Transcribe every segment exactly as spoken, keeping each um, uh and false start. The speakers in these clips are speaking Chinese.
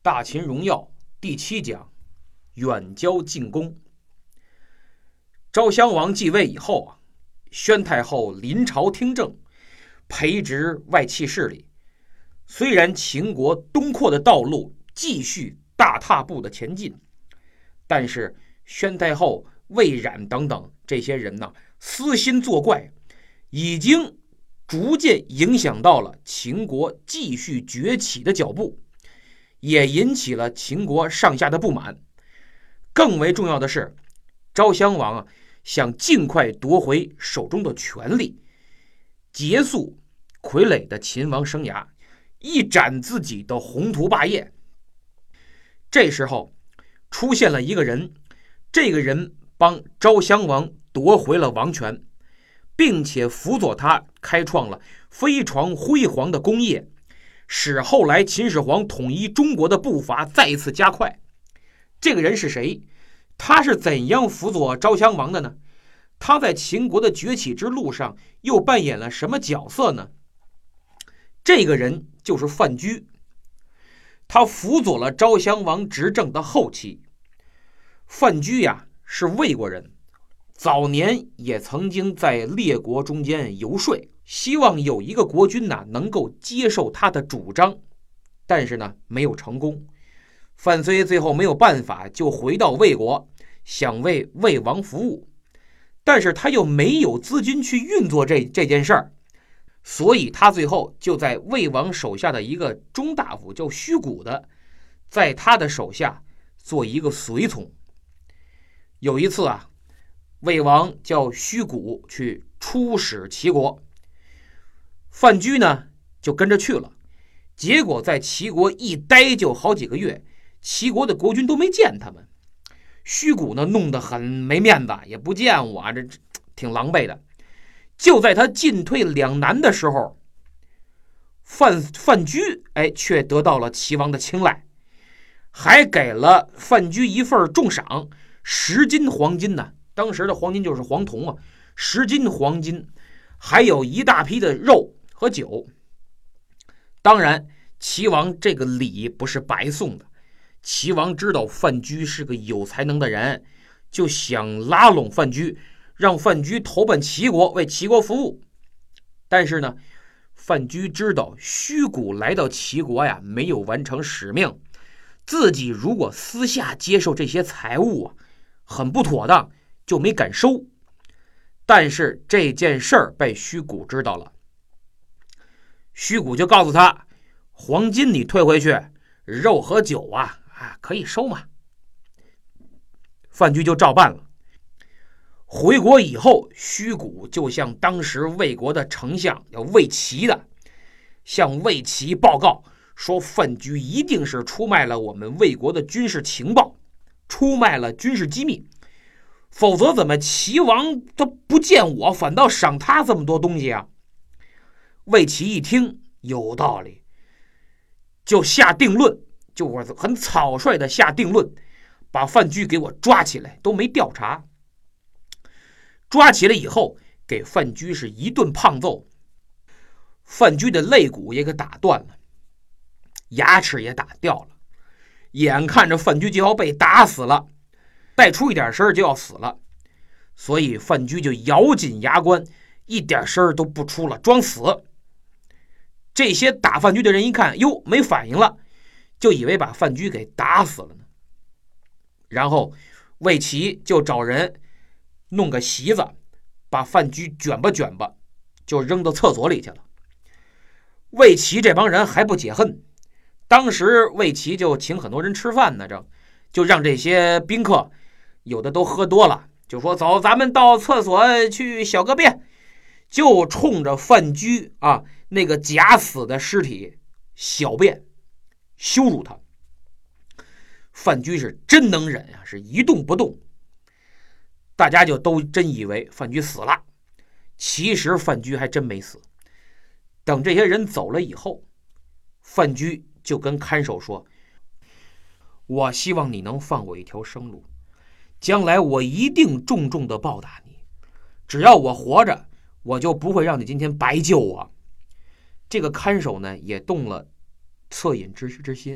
大秦荣耀第七讲，远交近攻。昭襄王继位以后啊，宣太后临朝听政，培植外戚势力。虽然秦国东扩的道路继续大踏步的前进，但是宣太后、魏冉等等这些人呢，私心作怪，已经逐渐影响到了秦国继续崛起的脚步，也引起了秦国上下的不满。更为重要的是，昭襄王啊想尽快夺回手中的权力，结束傀儡的秦王生涯，一展自己的宏图霸业。这时候出现了一个人，这个人帮昭襄王夺回了王权，并且辅佐他开创了非常辉煌的功业，使后来秦始皇统一中国的步伐再一次加快。这个人是谁？他是怎样辅佐昭襄王的呢？他在秦国的崛起之路上又扮演了什么角色呢？这个人就是范雎，他辅佐了昭襄王执政的后期。范雎呀是魏国人，早年也曾经在列国中间游说，希望有一个国君呢能够接受他的主张，但是呢没有成功。范睢最后没有办法，就回到魏国，想为魏王服务，但是他又没有资金去运作这这件事儿，所以他最后就在魏王手下的一个中大夫叫虚谷的，在他的手下做一个随从。有一次啊，魏王叫虚谷去出使齐国，范雎呢就跟着去了，结果在齐国一待就好几个月，齐国的国君都没见他们。虚谷呢弄得很没面子，也不见我啊，这挺狼狈的。就在他进退两难的时候，范范雎哎却得到了齐王的青睐，还给了范雎一份重赏，十斤黄金呢，当时的黄金就是黄铜啊，十斤黄金，还有一大批的肉和酒。当然，齐王这个礼不是白送的。齐王知道范雎是个有才能的人，就想拉拢范雎，让范雎投奔齐国，为齐国服务。但是呢，范雎知道虚谷来到齐国呀，没有完成使命，自己如果私下接受这些财物啊，很不妥当，就没敢收。但是这件事儿被虚谷知道了，虚谷就告诉他，黄金你退回去，肉和酒啊啊，可以收嘛。范雎就照办了。回国以后，虚谷就向当时魏国的丞相叫魏齐的，向魏齐报告说，范雎一定是出卖了我们魏国的军事情报，出卖了军事机密，否则怎么齐王他不见我，反倒赏他这么多东西啊？魏齐一听有道理，就下定论，就很草率的下定论，把范雎给我抓起来，都没调查。抓起来以后，给范雎是一顿胖揍，范雎的肋骨也给打断了，牙齿也打掉了，眼看着范雎就要被打死了，再出一点声就要死了，所以范雎就咬紧牙关，一点声都不出了，装死。这些打范雎的人一看，哟，没反应了，就以为把范雎给打死了呢。然后魏齐就找人弄个席子，把范雎卷吧卷吧，就扔到厕所里去了。魏齐这帮人还不解恨，当时魏齐就请很多人吃饭呢，这就让这些宾客有的都喝多了，就说走，咱们到厕所去小个便，就冲着范雎啊那个假死的尸体小便，羞辱他。范雎是真能忍啊，是一动不动。大家就都真以为范雎死了，其实范雎还真没死。等这些人走了以后，范雎就跟看守说，我希望你能放我一条生路，将来我一定重重的报答你，只要我活着，我就不会让你今天白救我。这个看守呢也动了恻隐之之心，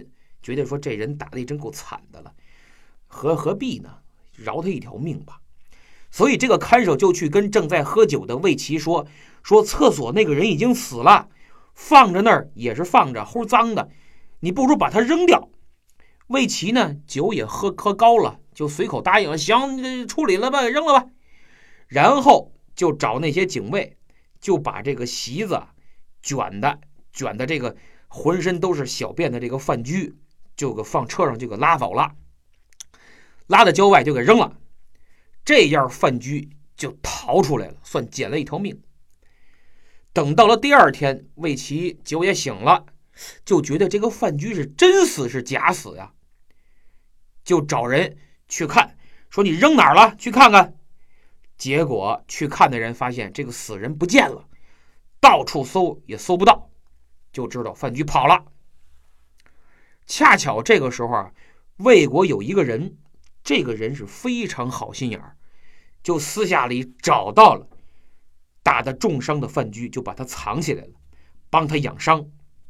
觉得说这人打得真够惨的了，何何必呢？饶他一条命吧。所以这个看守就去跟正在喝酒的魏齐说，说厕所那个人已经死了，放着那儿也是放着，齁脏的，你不如把它扔掉。魏齐呢，酒也喝喝高了，就随口答应了，行，处理了吧，扔了吧。然后就找那些警卫，就把这个席子卷的卷的这个浑身都是小便的这个范雎，就给放车上就给拉走了，拉到郊外就给扔了。这样范雎就逃出来了，算捡了一条命。等到了第二天，魏齐酒也醒了，就觉得这个范雎是真死是假死呀，就找人去看，说你扔哪儿了，去看看。结果去看的人发现这个死人不见了，到处搜也搜不到，就知道范雎跑了。恰巧这个时候啊，魏国有一个人，这个人是非常好心眼儿，就私下里找到了打得重伤的范雎，就把他藏起来了，帮他养伤。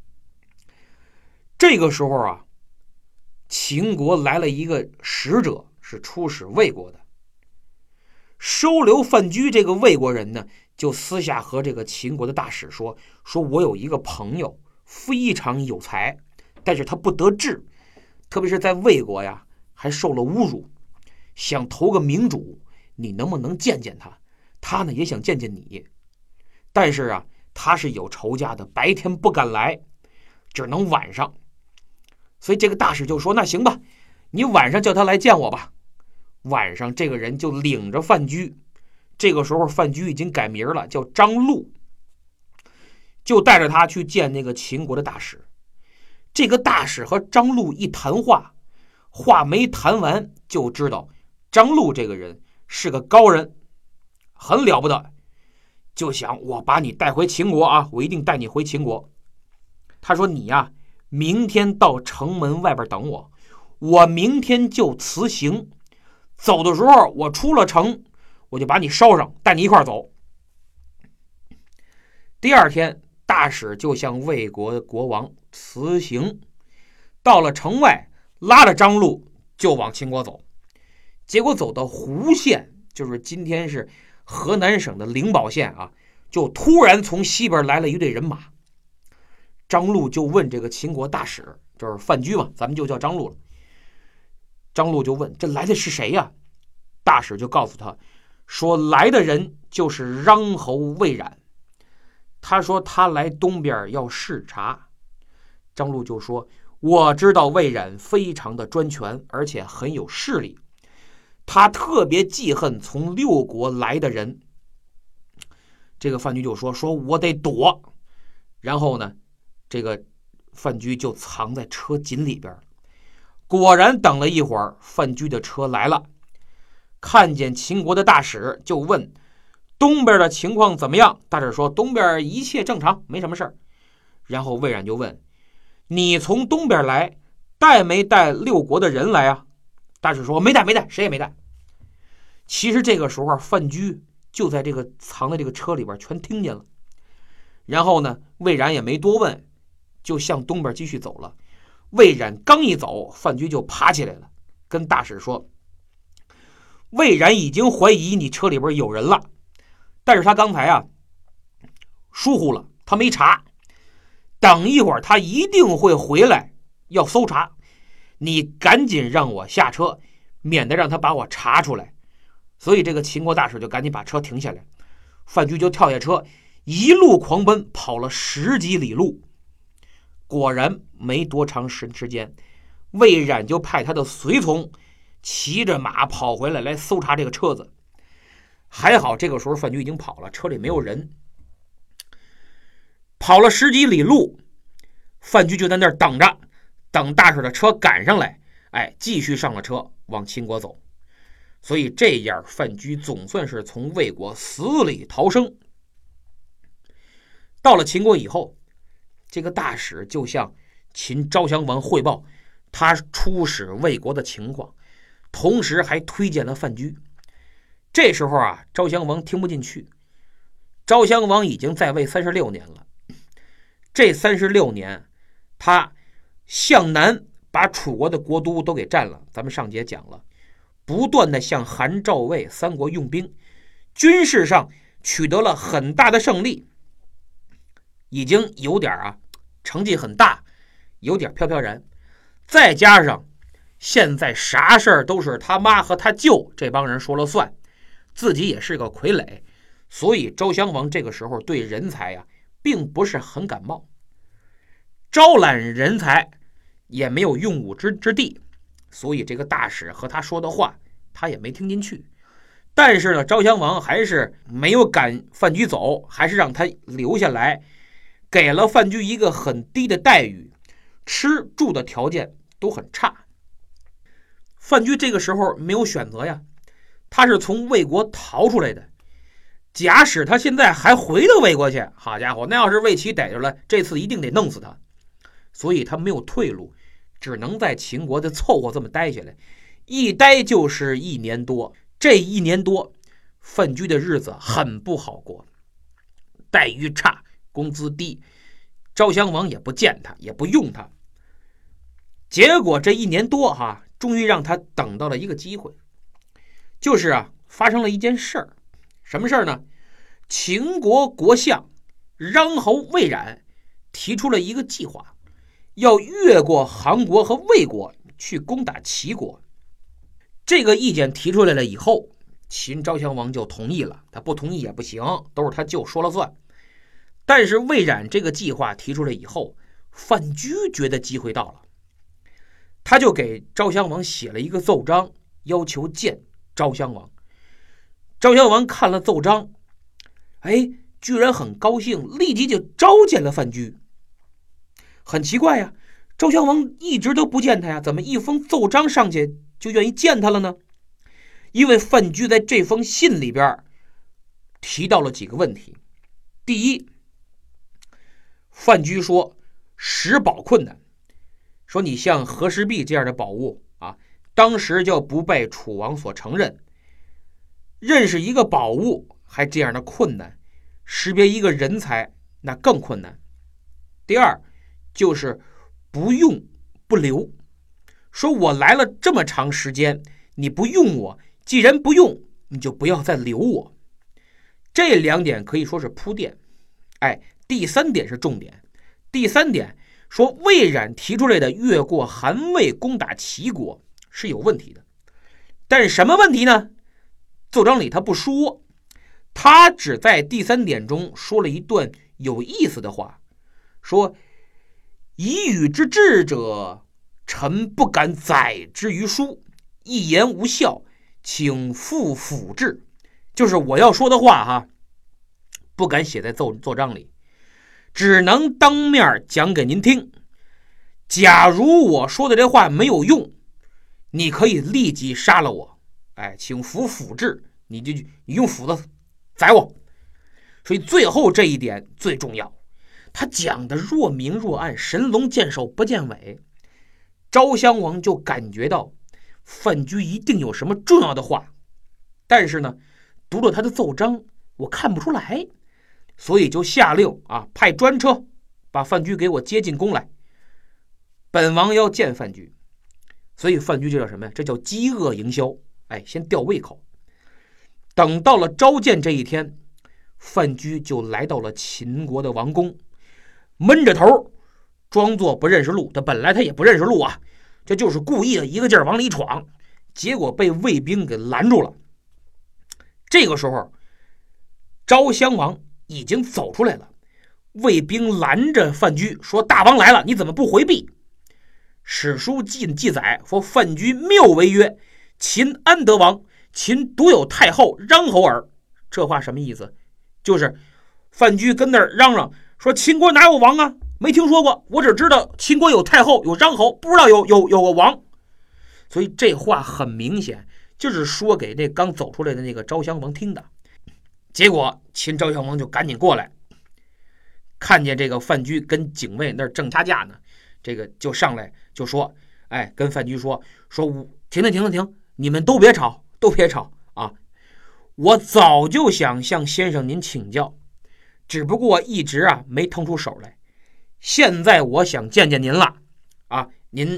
这个时候啊，秦国来了一个使者，是出使魏国的。收留范雎这个魏国人呢，就私下和这个秦国的大使说，说我有一个朋友非常有才，但是他不得志，特别是在魏国呀还受了侮辱，想投个明主，你能不能见见他？他呢也想见见你，但是啊他是有仇家的，白天不敢来，只能晚上。所以这个大使就说，那行吧，你晚上叫他来见我吧。晚上这个人就领着范雎，这个时候范雎已经改名了，叫张禄，就带着他去见那个秦国的大使。这个大使和张禄一谈话，话没谈完就知道张禄这个人是个高人，很了不得，就想我把你带回秦国啊，我一定带你回秦国。他说你呀，明天到城门外边等我，我明天就辞行，走的时候我出了城，我就把你捎上，带你一块走。第二天大使就向魏国国王辞行，到了城外，拉着张禄就往秦国走。结果走到胡县，就是今天是河南省的灵宝县啊，就突然从西边来了一队人马。张禄就问这个秦国大使，就是范雎嘛，咱们就叫张禄了。张禄就问，这来的是谁呀？大使就告诉他说，来的人就是穰侯魏冉。他说他来东边要视察。张禄就说，我知道魏冉非常的专权，而且很有势力，他特别记恨从六国来的人。这个范雎就说，说我得躲。然后呢，这个范雎就藏在车井里边。果然等了一会儿，范雎的车来了，看见秦国的大使就问东边的情况怎么样。大使说东边一切正常，没什么事儿。然后魏冉就问，你从东边来，带没带六国的人来啊？大使说没带没带，谁也没带。其实这个时候范雎就在这个藏在这个车里边，全听见了。然后呢，魏冉也没多问，就向东边继续走了。魏冉刚一走，范雎就爬起来了，跟大使说，魏冉已经怀疑你车里边有人了，但是他刚才啊疏忽了，他没查，等一会儿他一定会回来要搜查，你赶紧让我下车，免得让他把我查出来。所以这个秦国大使就赶紧把车停下来，范雎就跳下车，一路狂奔，跑了十几里路。果然没多长时间，魏冉就派他的随从骑着马跑回来，来搜查这个车子。还好这个时候范雎已经跑了，车里没有人。跑了十几里路，范雎就在那儿等着，等大使的车赶上来，哎，继续上了车往秦国走。所以这样范雎总算是从魏国死里逃生。到了秦国以后，这个大使就向秦昭襄王汇报他出使魏国的情况，同时还推荐了范雎。这时候啊，昭襄王听不进去。昭襄王已经在位三十六年了，这三十六年他向南把楚国的国都都给占了。咱们上节讲了，不断的向韩赵魏三国用兵，军事上取得了很大的胜利，已经有点啊成绩很大，有点飘飘然。再加上现在啥事儿都是他妈和他舅这帮人说了算，自己也是个傀儡，所以周襄王这个时候对人才呀、啊、并不是很感冒，招揽人才也没有用武之之地，所以这个大使和他说的话他也没听进去。但是呢，昭襄王还是没有赶范雎走，还是让他留下来，给了范雎一个很低的待遇，吃住的条件都很差。范雎这个时候没有选择呀，他是从魏国逃出来的，假使他现在还回到魏国去，好家伙，那要是魏齐逮着了，这次一定得弄死他。所以他没有退路，只能在秦国就凑合这么待下来，一待就是一年多。这一年多，范雎的日子很不好过，待遇差，工资低，昭襄王也不见他，也不用他。结果这一年多哈，终于让他等到了一个机会，就是啊，发生了一件事儿。什么事儿呢？秦国国相穰侯魏冉提出了一个计划，要越过韩国和魏国去攻打齐国。这个意见提出来了以后，秦昭襄王就同意了，他不同意也不行，都是他舅说了算。但是魏冉这个计划提出来以后，范雎觉得机会到了，他就给昭襄王写了一个奏章，要求见昭襄王。昭襄王看了奏章，哎，居然很高兴，立即就召见了范雎。很奇怪呀，昭襄王一直都不见他呀，怎么一封奏章上去就愿意见他了呢？因为范雎在这封信里边提到了几个问题。第一，范雎说拾宝困难，说你像和氏璧这样的宝物啊，当时就不被楚王所承认，认识一个宝物还这样的困难，识别一个人才那更困难。第二，就是不用不留，说我来了这么长时间，你不用我，既然不用，你就不要再留我。这两点可以说是铺垫。哎，第三点是重点。第三点说魏冉提出来的越过韩魏攻打齐国是有问题的，但是什么问题呢？奏章里他不说，他只在第三点中说了一段有意思的话，说以语之志者，臣不敢载之于书，一言无效，请复辅之。就是我要说的话哈，不敢写在奏奏章里，只能当面讲给您听。假如我说的这话没有用，你可以立即杀了我，哎，请服辅之，你就你用斧子宰我。所以最后这一点最重要，他讲的若明若暗，神龙见首不见尾。昭襄王就感觉到范雎一定有什么重要的话，但是呢，读了他的奏章，我看不出来，所以就下令啊，派专车把范雎给我接进宫来。本王要见范雎，所以范雎这叫什么呀？这叫饥饿营销，哎，先吊胃口。等到了召见这一天，范雎就来到了秦国的王宫，闷着头，装作不认识路。他本来他也不认识路啊，这就是故意的一个劲儿往里闯，结果被卫兵给拦住了。这个时候，昭襄王已经走出来了，卫兵拦着范雎说：“大王来了，你怎么不回避？”史书记记载说，范雎谬为曰：“秦安得王？秦独有太后穰侯耳。”这话什么意思？就是范雎跟那儿嚷嚷说：“秦国哪有王啊？没听说过，我只知道秦国有太后有穰侯，不知道有有有个王。”所以这话很明显就是说给那刚走出来的那个昭襄王听的。结果秦昭襄王就赶紧过来，看见这个范雎跟警卫那儿正掐架呢，这个就上来就说：“哎，跟范雎说说，停停停停停，你们都别吵，都别吵啊！我早就想向先生您请教，只不过一直啊没腾出手来。现在我想见见您了啊，您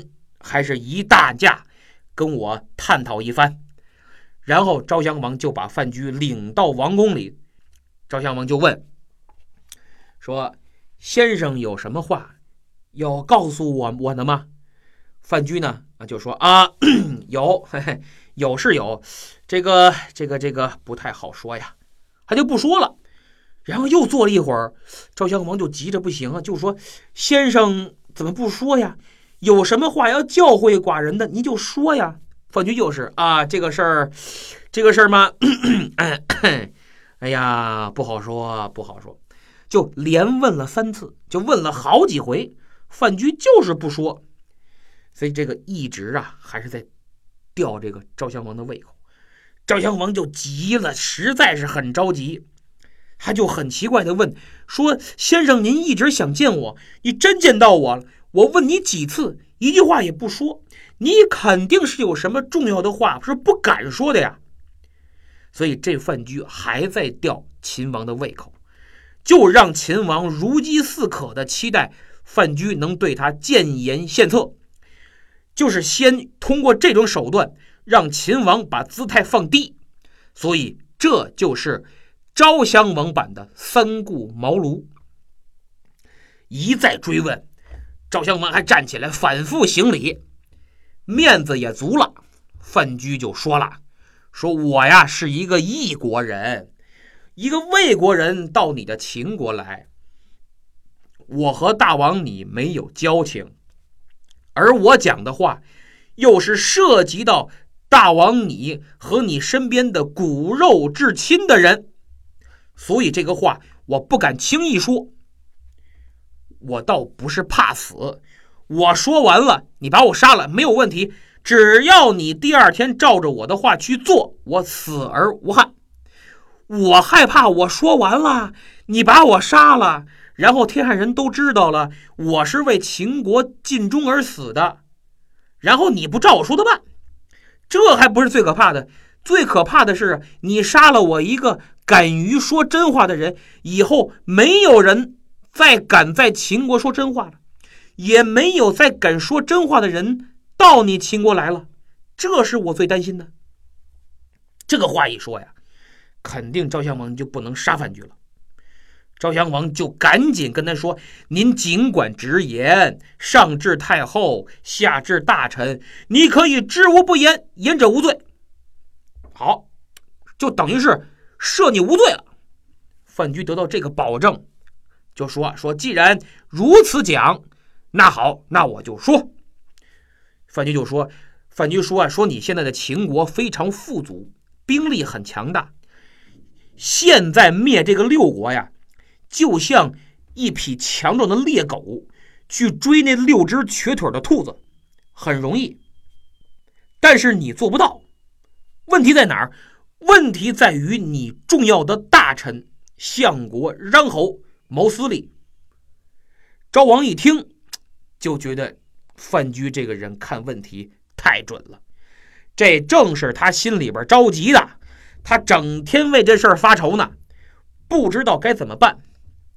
还是一大驾，跟我探讨一番。然后昭襄王就把范雎领到王宫里，昭襄王就问说：先生有什么话要告诉我我的吗？范雎呢就说啊，有嘿嘿有是有，这个这个这个不太好说呀，他就不说了。然后又坐了一会儿，昭襄王就急着不行啊，就说：先生怎么不说呀？有什么话要教诲寡人的，你就说呀。范雎又是啊，这个事儿，这个事儿嘛，哎呀，不好说，不好说，就连问了三次，就问了好几回，范雎就是不说。所以这个一直啊，还是在吊这个昭襄王的胃口。昭襄王就急了，实在是很着急。他就很奇怪的问说：先生您一直想见我，你真见到我了，我问你几次，一句话也不说，你肯定是有什么重要的话是不敢说的呀。所以这范雎还在吊秦王的胃口，就让秦王如饥似渴的期待范雎能对他谏言献策，就是先通过这种手段让秦王把姿态放低。所以这就是昭襄王版的三顾茅庐。一再追问，昭襄王还站起来反复行礼，面子也足了。范雎就说了，说我呀是一个异国人，一个魏国人到你的秦国来，我和大王你没有交情，而我讲的话又是涉及到大王你和你身边的骨肉至亲的人，所以这个话我不敢轻易说。我倒不是怕死，我说完了你把我杀了没有问题，只要你第二天照着我的话去做，我死而无憾。我害怕我说完了你把我杀了，然后天下人都知道了我是为秦国尽忠而死的，然后你不照我说的办。这还不是最可怕的，最可怕的是你杀了我一个敢于说真话的人，以后没有人再敢在秦国说真话了，也没有再敢说真话的人到你秦国来了，这是我最担心的。这个话一说呀，肯定昭襄王就不能杀范雎了。昭襄王就赶紧跟他说，您尽管直言，上至太后，下至大臣，你可以知无不言，言者无罪。好，就等于是赦你无罪了。范雎得到这个保证，就说说既然如此讲，那好，那我就说。范雎就说范雎说啊，说你现在的秦国非常富足，兵力很强大，现在灭这个六国呀，就像一匹强壮的猎狗去追那六只瘸腿的兔子，很容易，但是你做不到。问题在哪儿？问题在于你重要的大臣相国穰侯谋私利。昭王一听就觉得范雎这个人看问题太准了，这正是他心里边着急的，他整天为这事儿发愁呢，不知道该怎么办。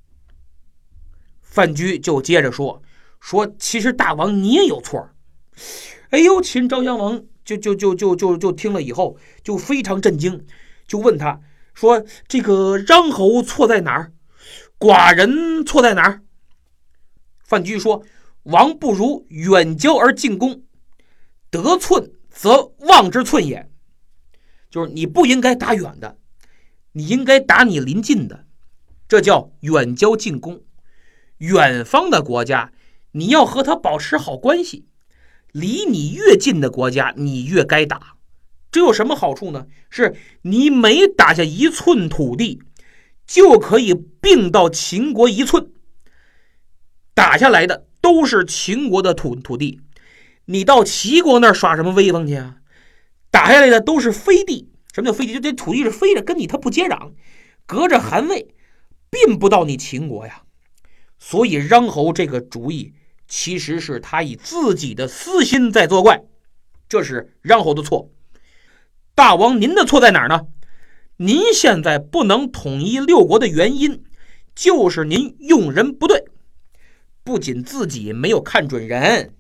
范雎就接着说说其实大王你也有错。哎呦，秦昭襄王就就就就就就听了以后就非常震惊，就问他说这个穰侯错在哪儿，寡人错在哪儿？范雎说，王不如远交而近攻，得寸则望之寸也。就是你不应该打远的，你应该打你邻近的，这叫远交近攻。远方的国家你要和他保持好关系，离你越近的国家你越该打。这有什么好处呢？是你每打下一寸土地就可以并到秦国一寸，打下来的都是秦国的土土地，你到齐国那儿耍什么威风去啊？打下来的都是飞地。什么叫飞地？就这土地是飞着，跟你它不接壤，隔着韩魏，并不到你秦国呀。所以穰侯这个主意其实是他以自己的私心在作怪，这是穰侯的错。大王您的错在哪儿呢？您现在不能统一六国的原因就是您用人不对，不仅自己没有看准人，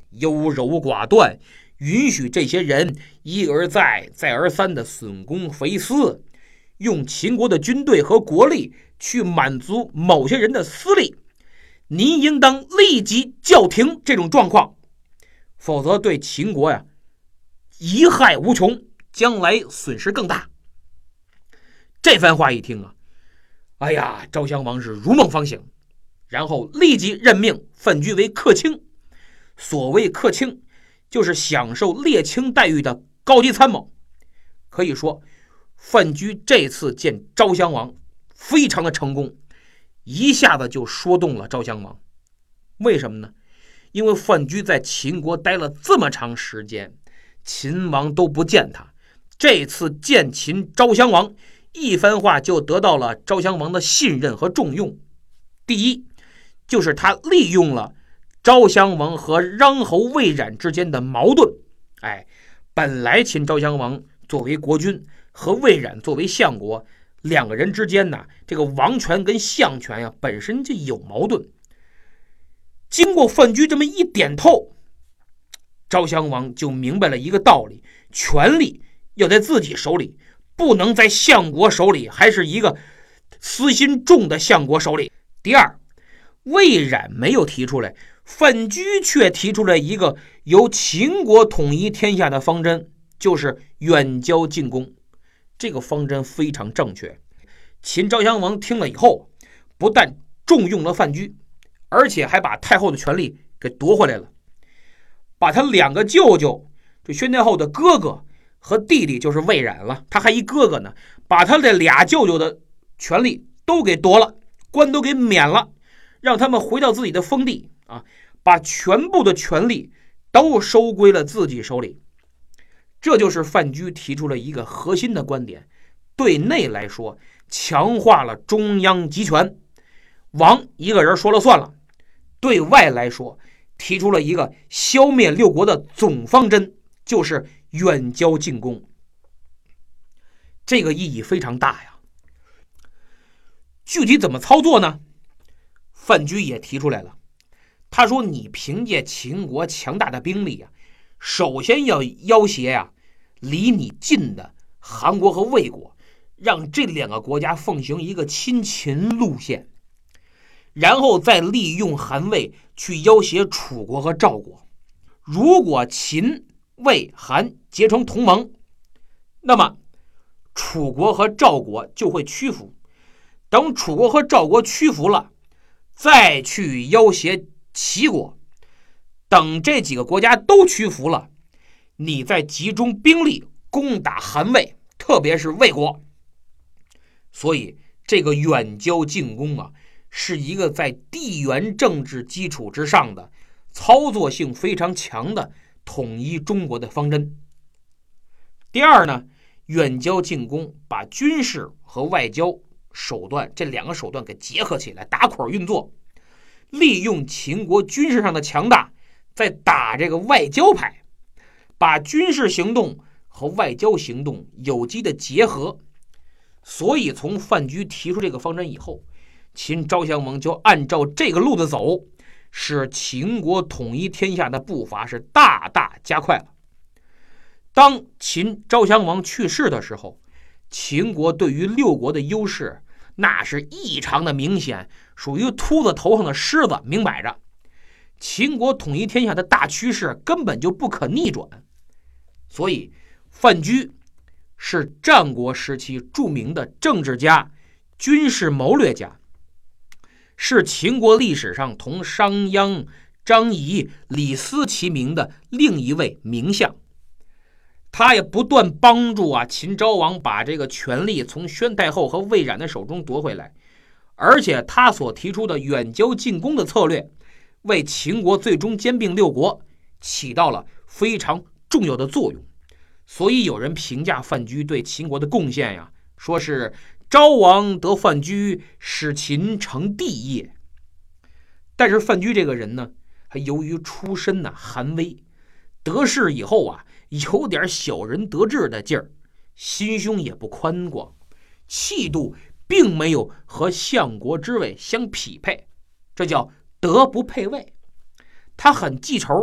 优柔寡断，允许这些人一而再再而三的损公肥私，用秦国的军队和国力去满足某些人的私利，您应当立即叫停这种状况，否则对秦国呀贻害无穷，将来损失更大。这番话一听啊，哎呀，昭襄王是如梦方醒，然后立即任命范雎为客卿。所谓客卿，就是享受列卿待遇的高级参谋。可以说范雎这次见昭襄王非常的成功，一下子就说动了昭襄王。为什么呢？因为范雎在秦国待了这么长时间，秦王都不见他，这次见秦昭襄王，一番话就得到了昭襄王的信任和重用。第一，就是他利用了昭襄王和穰侯魏冉之间的矛盾。哎，本来秦昭襄王作为国君和魏冉作为相国，两个人之间呢，这个王权跟相权呀本身就有矛盾。经过范雎这么一点透，昭襄王就明白了一个道理，权力要在自己手里，不能在相国手里，还是一个私心重的相国手里。第二，魏冉没有提出来，范雎却提出了一个由秦国统一天下的方针，就是远交近攻。这个方针非常正确。秦昭襄王听了以后，不但重用了范雎，而且还把太后的权力给夺回来了，把他两个舅舅，就宣太后的哥哥和弟弟，就是魏冉了，他还一哥哥呢，把他的俩舅舅的权力都给夺了，官都给免了，让他们回到自己的封地啊，把全部的权力都收归了自己手里。这就是范雎提出了一个核心的观点，对内来说强化了中央集权，王一个人说了算了；对外来说提出了一个消灭六国的总方针，就是远交近攻。这个意义非常大呀。具体怎么操作呢？范雎也提出来了，他说你凭借秦国强大的兵力啊，首先要要挟啊离你近的韩国和魏国，让这两个国家奉行一个亲秦路线，然后再利用韩魏去要挟楚国和赵国。如果秦魏韩结成同盟，那么楚国和赵国就会屈服，等楚国和赵国屈服了，再去要挟齐国，等这几个国家都屈服了，你再集中兵力攻打韩魏，特别是魏国。所以这个远交近攻啊，是一个在地缘政治基础之上的操作性非常强的统一中国的方针。第二呢，远交近攻把军事和外交手段这两个手段给结合起来，打捆运作，利用秦国军事上的强大，再打这个外交牌，把军事行动和外交行动有机的结合。所以从范雎提出这个方针以后，秦昭襄王就按照这个路子走，使秦国统一天下的步伐是大大加快了。当秦昭襄王去世的时候，秦国对于六国的优势那是异常的明显，属于秃子头上的虱子，明摆着。秦国统一天下的大趋势根本就不可逆转。所以范雎是战国时期著名的政治家、军事谋略家，是秦国历史上同商鞅、张仪、李斯齐名的另一位名相。他也不断帮助啊秦昭王把这个权力从宣太后和魏冉的手中夺回来，而且他所提出的远交近攻的策略，为秦国最终兼并六国起到了非常重要的作用。所以有人评价范雎对秦国的贡献呀，说是昭王得范雎，使秦成帝业。但是范雎这个人呢，他由于出身呢寒微，得势以后啊，有点小人得志的劲儿，心胸也不宽广，气度并没有和相国之位相匹配，这叫德不配位。他很记仇，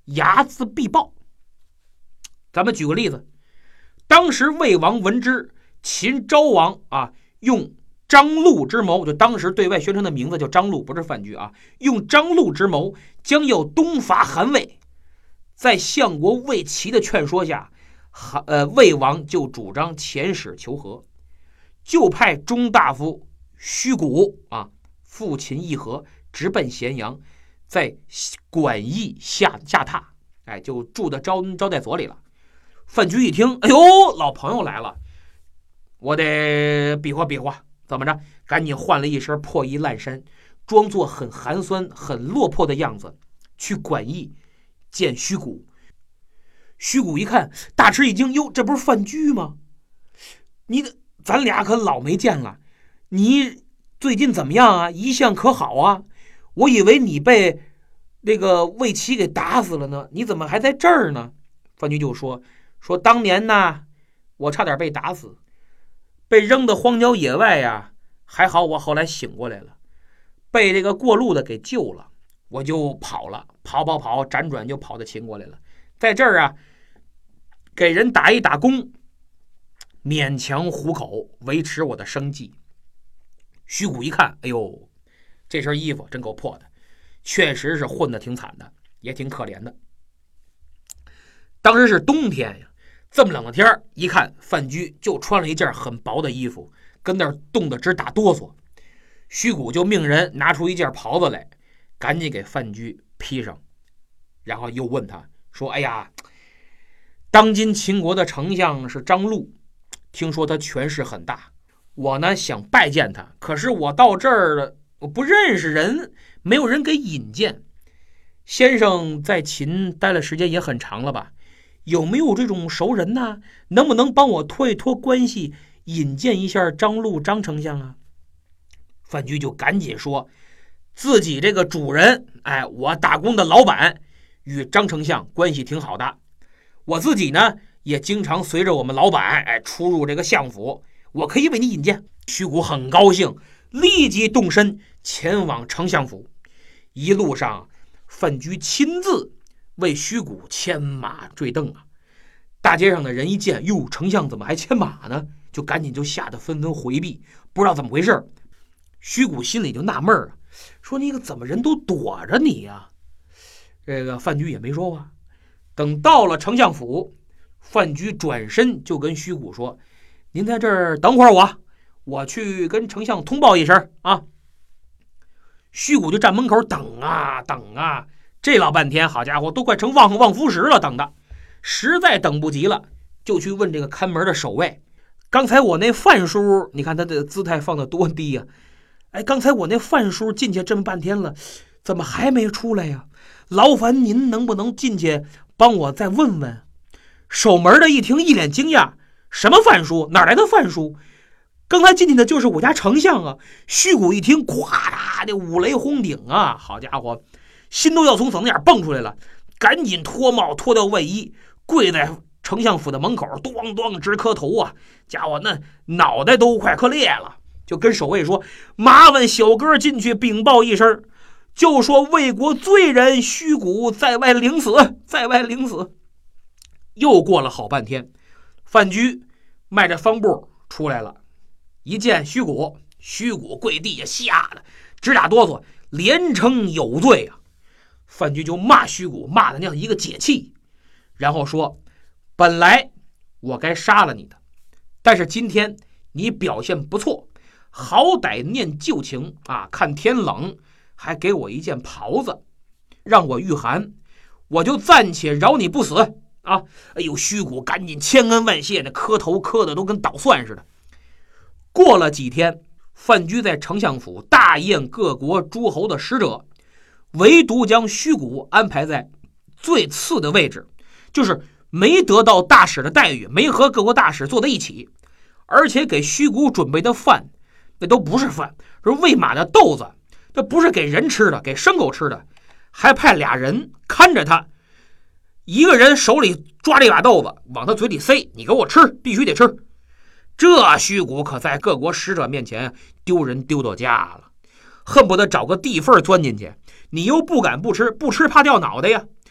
睚眦必报。咱们举个例子，当时魏王闻之，秦昭王啊，用张禄之谋，就当时对外宣称的名字叫张禄，不是范雎啊，用张禄之谋将要东伐韩魏。在相国魏齐的劝说下，呃，魏王就主张遣使求和，就派中大夫虚谷啊赴秦议和，直奔咸阳，在馆驿下下榻，哎，就住在招招待所里了。范雎一听，哎呦，老朋友来了，我得比划比划，怎么着？赶紧换了一身破衣烂衫，装作很寒酸、很落魄的样子，去馆驿见虚谷。虚谷一看，大吃一惊，哟，这不是范雎吗？你咱俩可老没见了，你最近怎么样啊？一向可好啊？我以为你被那个魏齐给打死了呢，你怎么还在这儿呢？范雎就说说当年呢，我差点被打死，被扔到荒郊野外呀，还好我后来醒过来了，被这个过路的给救了，我就跑了，跑跑跑，辗转就跑到秦国来了，在这儿啊，给人打一打工，勉强糊口，维持我的生计。虚谷一看，哎呦，这身衣服真够破的，确实是混得挺惨的，也挺可怜的。当时是冬天呀，这么冷的天，一看范雎就穿了一件很薄的衣服，跟那儿冻得直打哆嗦。虚谷就命人拿出一件袍子来，赶紧给范雎披上，然后又问他说：“哎呀，当今秦国的丞相是张禄，听说他权势很大，我呢想拜见他，可是我到这儿了，我不认识人，没有人给引荐。先生在秦待了时间也很长了吧？有没有这种熟人呢？能不能帮我托一托关系，引荐一下张禄张丞相啊？”范雎就赶紧说，自己这个主人，哎，我打工的老板与张丞相关系挺好的，我自己呢也经常随着我们老板哎出入这个相府，我可以为你引荐。虚谷很高兴，立即动身前往丞相府。一路上，范雎亲自为虚谷牵马坠镫啊！大街上的人一见，哟，丞相怎么还牵马呢？就赶紧就吓得纷纷回避，不知道怎么回事。虚谷心里就纳闷了，说那个怎么人都躲着你呀？这个范雎也没说话。等到了丞相府，范雎转身就跟虚谷说：“您在这儿等会儿我，我去跟丞相通报一声啊。”虚谷就站门口等啊等啊，这老半天，好家伙，都快成望望夫石了，等的实在等不及了，就去问这个看门的守卫：“刚才我那范叔，你看他的姿态放得多低呀、啊！哎，刚才我那范叔进去这么半天了，怎么还没出来呀？劳烦您能不能进去帮我再问问？”守门的一听，一脸惊讶：“什么范叔？哪来的范叔？刚才进去的就是我家丞相啊！”虚谷一听，咵啦，这五雷轰顶啊！好家伙，心都要从嗓子眼蹦出来了，赶紧脱帽脱掉外衣，跪在丞相府的门口，咣咣直磕头啊！家伙那脑袋都快磕裂了，就跟守卫说：“麻烦小哥进去禀报一声，就说魏国罪人虚谷在外领死，在外领死。”又过了好半天，范雎迈着方步出来了，一见虚谷，虚谷跪地下，吓得直打哆嗦，连称有罪啊！范雎就骂虚谷，骂的那样一个解气，然后说：“本来我该杀了你的，但是今天你表现不错，好歹念旧情啊，看天冷还给我一件袍子，让我御寒，我就暂且饶你不死啊！”哎呦，虚谷赶紧千恩万谢，那磕头磕的都跟捣蒜似的。过了几天，范雎在丞相府大宴各国诸侯的使者，唯独将虚谷安排在最次的位置，就是没得到大使的待遇，没和各国大使坐在一起，而且给虚谷准备的饭那都不是饭，是喂马的豆子，这不是给人吃的，给牲口吃的，还派俩人看着他，一个人手里抓着一把豆子往他嘴里塞，你给我吃，必须得吃。这虚谷可在各国使者面前丢人丢到家了，恨不得找个地缝钻进去，你又不敢不吃，不吃怕掉脑袋呀。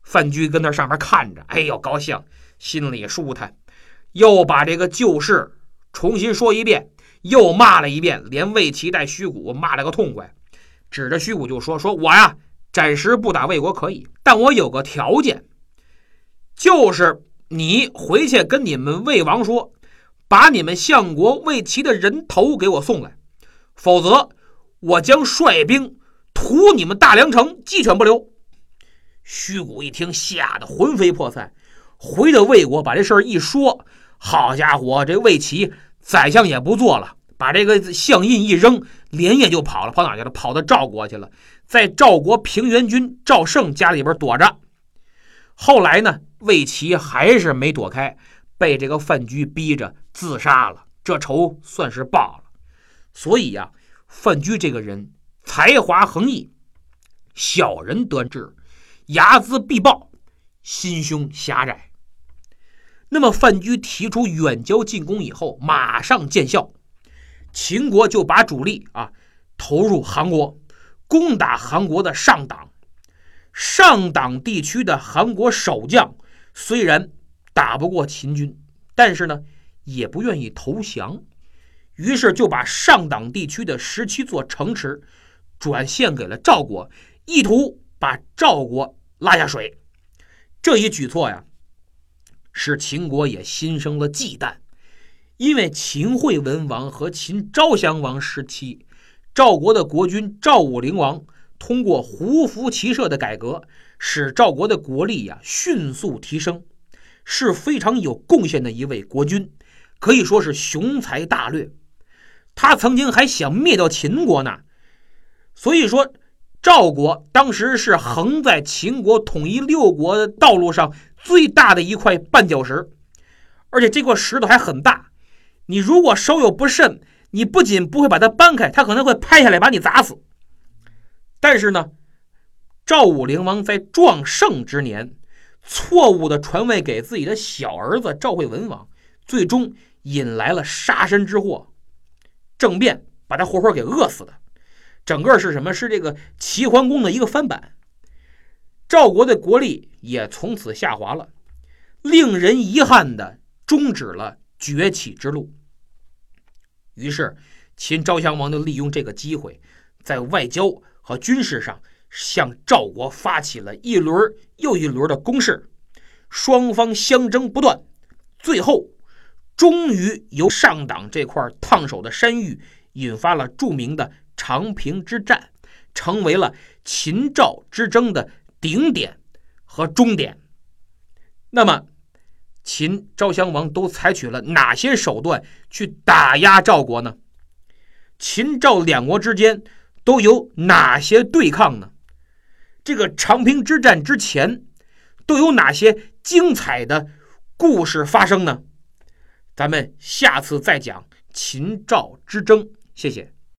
范雎跟那上面看着，哎呦高兴，心里舒坦，又把这个旧事重新说一遍，又骂了一遍，连魏齐带虚谷骂了个痛快，指着虚谷就说：“说我呀，暂时不打魏国可以，但我有个条件，就是你回去跟你们魏王说，把你们相国魏齐的人头给我送来，否则我将率兵屠你们大梁城，鸡犬不留。”虚谷一听，吓得魂飞魄散，回到魏国把这事儿一说，好家伙，这魏齐宰相也不做了，把这个相印一扔，连夜就跑了。跑哪去了？跑到赵国去了，在赵国平原君赵胜家里边躲着。后来呢，魏齐还是没躲开，被这个范雎逼着自杀了，这仇算是报了。所以呀、啊，范雎这个人才华横溢，小人得志，睚眦必报，心胸狭窄。那么范雎提出远交近攻以后，马上见效，秦国就把主力啊投入韩国，攻打韩国的上党。上党地区的韩国守将虽然打不过秦军，但是呢也不愿意投降，于是就把上党地区的十七座城池转献给了赵国，意图把赵国拉下水。这一举措呀，使秦国也心生了忌惮，因为秦惠文王和秦昭襄王时期，赵国的国君赵武灵王通过胡服骑射的改革，使赵国的国力呀迅速提升，是非常有贡献的一位国君，可以说是雄才大略。他曾经还想灭掉秦国呢，所以说赵国当时是横在秦国统一六国的道路上最大的一块绊脚石，而且这块石头还很大，你如果手有不慎，你不仅不会把它搬开，它可能会拍下来把你砸死。但是呢，赵武灵王在壮盛之年错误的传位给自己的小儿子赵惠文王，最终引来了杀身之祸，政变把他活活给饿死的。整个是什么？是这个齐桓公的一个翻版。赵国的国力也从此下滑了，令人遗憾的终止了崛起之路。于是秦昭襄王就利用这个机会，在外交和军事上向赵国发起了一轮又一轮的攻势，双方相争不断，最后终于由上党这块烫手的山芋引发了著名的长平之战，成为了秦赵之争的顶点和终点。那么秦昭襄王都采取了哪些手段去打压赵国呢？秦赵两国之间都有哪些对抗呢？这个长平之战之前都有哪些精彩的故事发生呢？咱们下次再讲秦赵之争，谢谢。